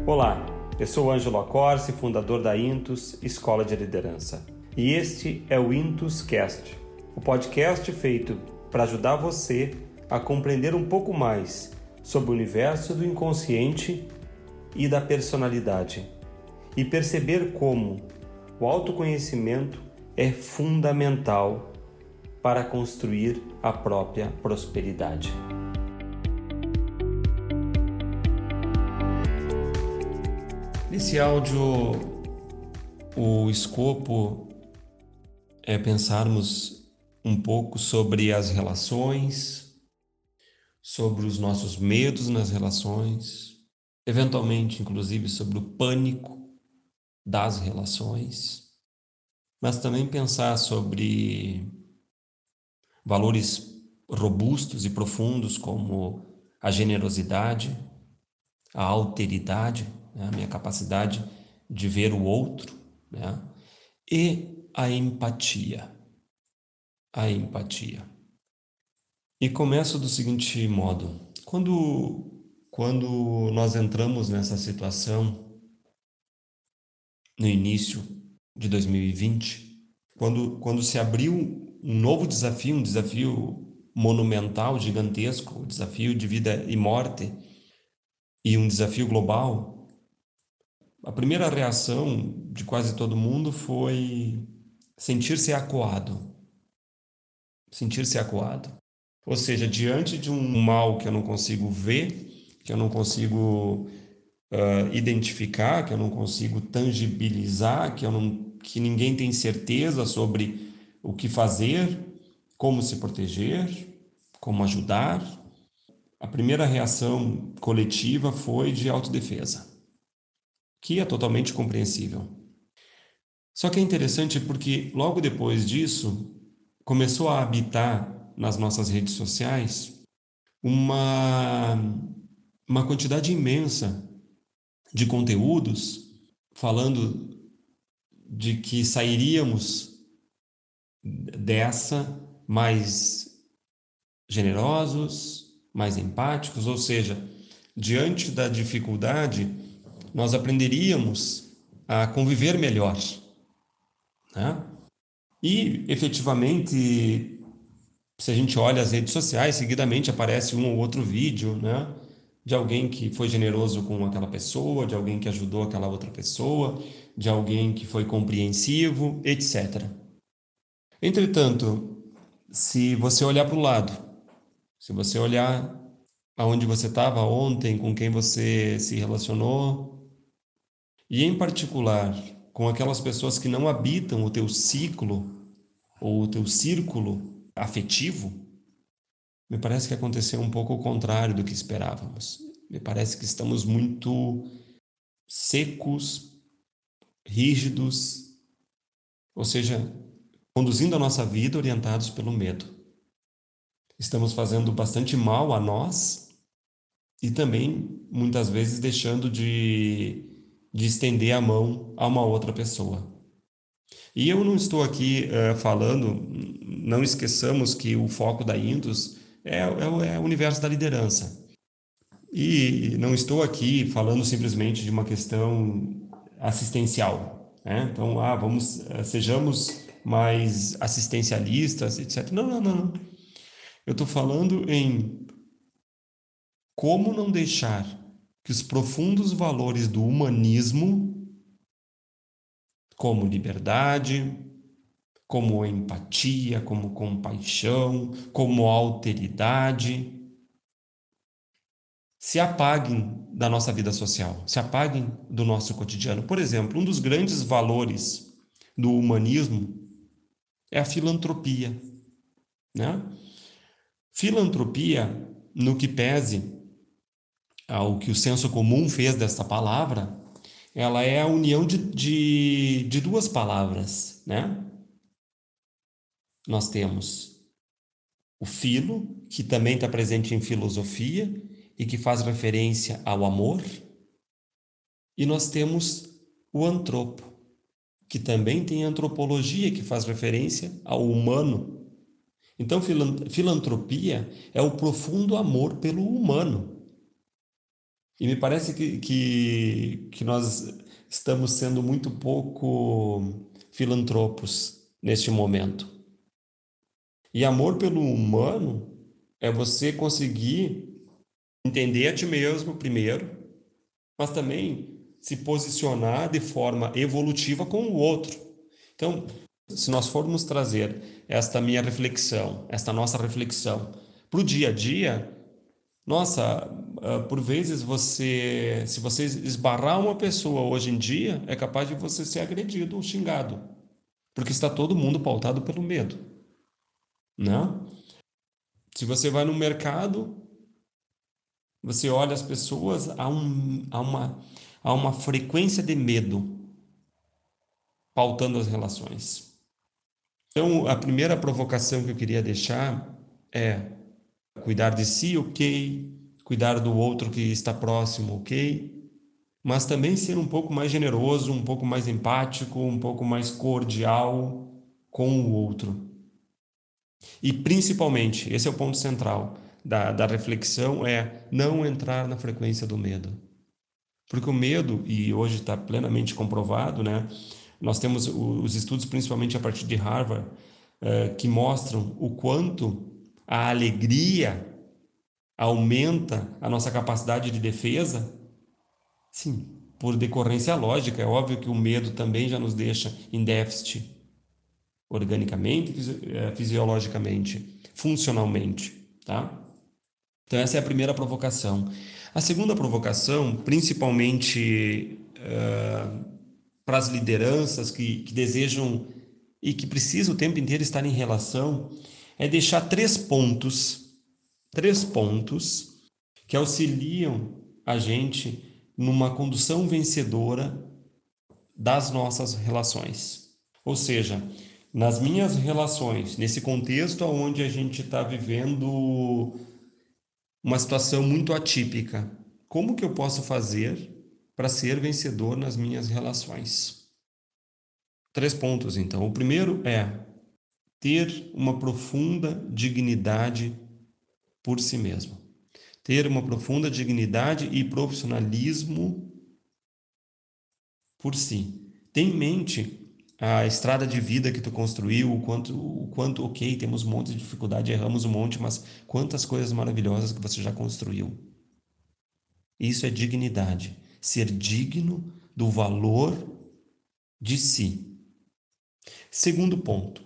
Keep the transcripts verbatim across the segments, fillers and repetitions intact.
Olá, eu sou Ângelo Accorsi, fundador da Intus Escola de Liderança. E este é o Intus Cast, o podcast feito para ajudar você a compreender um pouco mais sobre o universo do inconsciente e da personalidade e perceber como o autoconhecimento é fundamental para construir a própria prosperidade. Nesse áudio, o escopo é pensarmos um pouco sobre as relações, sobre os nossos medos nas relações, eventualmente, inclusive, sobre o pânico das relações, mas também pensar sobre valores robustos e profundos como a generosidade, a alteridade, né, a minha capacidade de ver o outro, né, e a empatia. A empatia. E começo do seguinte modo: quando, quando nós entramos nessa situação no início de dois mil e vinte, quando, quando se abriu um novo desafio, um desafio monumental, gigantesco, um desafio de vida e morte, e um desafio global, a primeira reação de quase todo mundo foi sentir-se acuado. Sentir-se acuado. Ou seja, diante de um mal que eu não consigo ver, que eu não consigo uh, identificar, que eu não consigo tangibilizar, que, eu não, que ninguém tem certeza sobre o que fazer, como se proteger, como ajudar, a primeira reação coletiva foi de autodefesa, que é totalmente compreensível. Só que é interessante porque logo depois disso começou a habitar nas nossas redes sociais uma, uma quantidade imensa de conteúdos falando de que sairíamos dessa mais generosos, mais empáticos, ou seja, diante da dificuldade, nós aprenderíamos a conviver melhor, né? E, efetivamente, se a gente olha as redes sociais, seguidamente aparece um ou outro vídeo, né, de alguém que foi generoso com aquela pessoa, de alguém que ajudou aquela outra pessoa, de alguém que foi compreensivo, etcétera. Entretanto, se você olhar para o lado, se você olhar aonde você estava ontem, com quem você se relacionou, e em particular com aquelas pessoas que não habitam o teu ciclo ou o teu círculo afetivo, me parece que aconteceu um pouco o contrário do que esperávamos. Me parece que estamos muito secos, rígidos, ou seja, conduzindo a nossa vida orientados pelo medo. Estamos fazendo bastante mal a nós e também, muitas vezes, deixando de, de estender a mão a uma outra pessoa. E eu não estou aqui uh, falando, não esqueçamos que o foco da Intus é, é, é o universo da liderança. E não estou aqui falando simplesmente de uma questão assistencial, né? Então, ah, vamos, uh, sejamos mais assistencialistas, etcétera. Não, não, não, não. Eu estou falando em como não deixar que os profundos valores do humanismo, como liberdade, como empatia, como compaixão, como alteridade, se apaguem da nossa vida social, se apaguem do nosso cotidiano. Por exemplo, um dos grandes valores do humanismo é a filantropia, né? Filantropia, no que pese ao que o senso comum fez desta palavra, ela é a união de, de, de duas palavras, né? Nós temos o filo, que também está presente em filosofia e que faz referência ao amor, e nós temos o antropo, que também tem antropologia, que faz referência ao humano. Então, filantropia é o profundo amor pelo humano. E me parece que, que, que nós estamos sendo muito pouco filantropos neste momento. E amor pelo humano é você conseguir entender a ti mesmo primeiro, mas também se posicionar de forma evolutiva com o outro. Então, se nós formos trazer esta minha reflexão, esta nossa reflexão para o dia a dia, nossa, por vezes você, se você esbarrar uma pessoa hoje em dia, é capaz de você ser agredido ou xingado, porque está todo mundo pautado pelo medo, né? Se você vai no mercado, você olha as pessoas, há, um, há, uma, há uma frequência de medo pautando as relações. Então, a primeira provocação que eu queria deixar é cuidar de si, ok, cuidar do outro que está próximo, ok, mas também ser um pouco mais generoso, um pouco mais empático, um pouco mais cordial com o outro. E principalmente, esse é o ponto central da, da reflexão, é não entrar na frequência do medo. Porque o medo, e hoje está plenamente comprovado, né? Nós temos os estudos, principalmente a partir de Harvard, eh, que mostram o quanto a alegria aumenta a nossa capacidade de defesa. Sim, por decorrência lógica, é óbvio que o medo também já nos deixa em déficit organicamente, fisiologicamente, funcionalmente, tá? Então essa é a primeira provocação. A segunda provocação, principalmente uh, para as lideranças que, que desejam e que precisam o tempo inteiro estar em relação, é deixar três pontos, três pontos que auxiliam a gente numa condução vencedora das nossas relações. Ou seja, nas minhas relações, nesse contexto onde a gente está vivendo uma situação muito atípica, como que eu posso fazer para ser vencedor nas minhas relações? Três pontos, então. O primeiro é ter uma profunda dignidade por si mesmo. Ter uma profunda dignidade e profissionalismo por si. Tem em mente a estrada de vida que tu construiu, o quanto, o quanto, ok, temos um monte de dificuldade, erramos um monte, mas quantas coisas maravilhosas que você já construiu. Isso é dignidade. Ser digno do valor de si. Segundo ponto,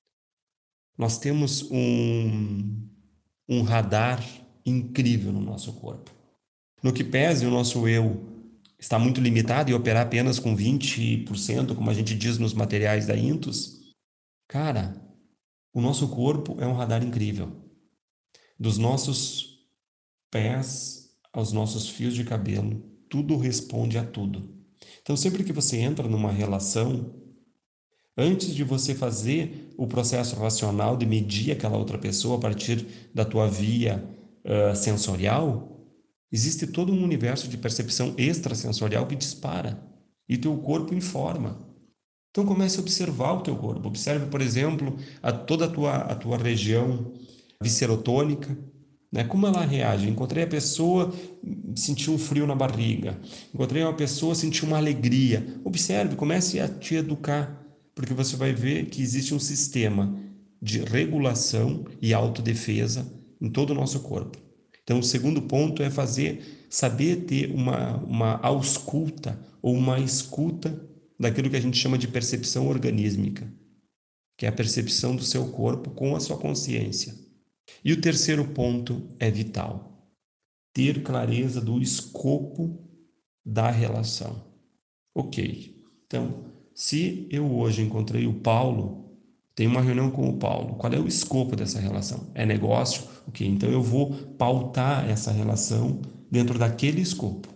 nós temos um, um radar incrível no nosso corpo. No que pese o nosso eu está muito limitado e operar apenas com vinte por cento, como a gente diz nos materiais da Intus, cara, o nosso corpo é um radar incrível. Dos nossos pés aos nossos fios de cabelo, tudo responde a tudo. Então, sempre que você entra numa relação, antes de você fazer o processo racional de medir aquela outra pessoa a partir da tua via uh, sensorial, existe todo um universo de percepção extrasensorial que dispara e teu corpo informa. Então comece a observar o teu corpo. Observe, por exemplo, a toda a tua, a tua região viscerotônica, né? Como ela reage. Encontrei a pessoa, senti um frio na barriga. Encontrei uma pessoa, senti uma alegria. Observe, comece a te educar, porque você vai ver que existe um sistema de regulação e autodefesa em todo o nosso corpo. Então, o segundo ponto é fazer, saber ter uma, uma ausculta ou uma escuta daquilo que a gente chama de percepção organísmica, que é a percepção do seu corpo com a sua consciência. E o terceiro ponto é vital: ter clareza do escopo da relação. Ok, então, se eu hoje encontrei o Paulo, tenho uma reunião com o Paulo, qual é o escopo dessa relação? É negócio? Ok, então eu vou pautar essa relação dentro daquele escopo.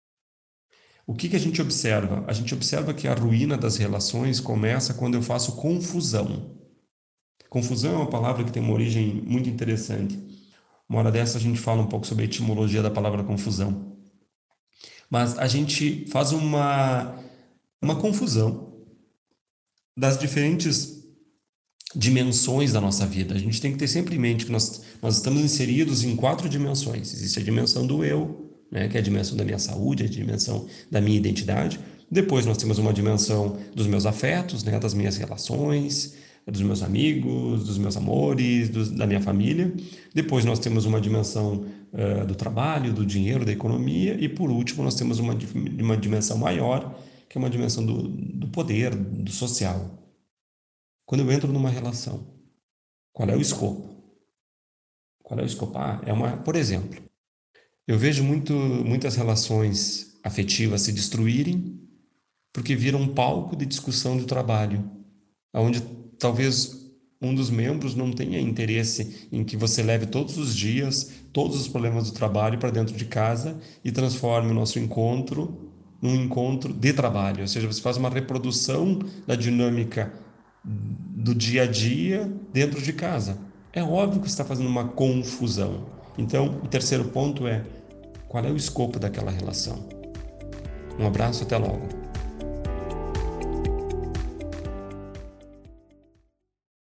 O que que a gente observa? A gente observa que a ruína das relações começa quando eu faço confusão. Confusão é uma palavra que tem uma origem muito interessante. Uma hora dessa a gente fala um pouco sobre a etimologia da palavra confusão. Mas a gente faz uma, uma confusão das diferentes dimensões da nossa vida. A gente tem que ter sempre em mente que nós, nós estamos inseridos em quatro dimensões. Existe a dimensão do eu, né, que é a dimensão da minha saúde, a dimensão da minha identidade. Depois nós temos uma dimensão dos meus afetos, né, das minhas relações, dos meus amigos, dos meus amores, dos, da minha família. Depois nós temos uma dimensão uh, do trabalho, do dinheiro, da economia. E por último nós temos uma, uma dimensão maior, que é uma dimensão do, do poder, do social. Quando eu entro numa relação, qual é o escopo? Qual é o escopo? Ah, é uma, por exemplo, eu vejo muito, muitas relações afetivas se destruírem porque viram um palco de discussão do trabalho, onde talvez um dos membros não tenha interesse em que você leve todos os dias todos os problemas do trabalho para dentro de casa e transforme o nosso encontro num encontro de trabalho, ou seja, você faz uma reprodução da dinâmica do dia a dia dentro de casa. É óbvio que você está fazendo uma confusão. Então, o terceiro ponto é: qual é o escopo daquela relação? Um abraço, até logo.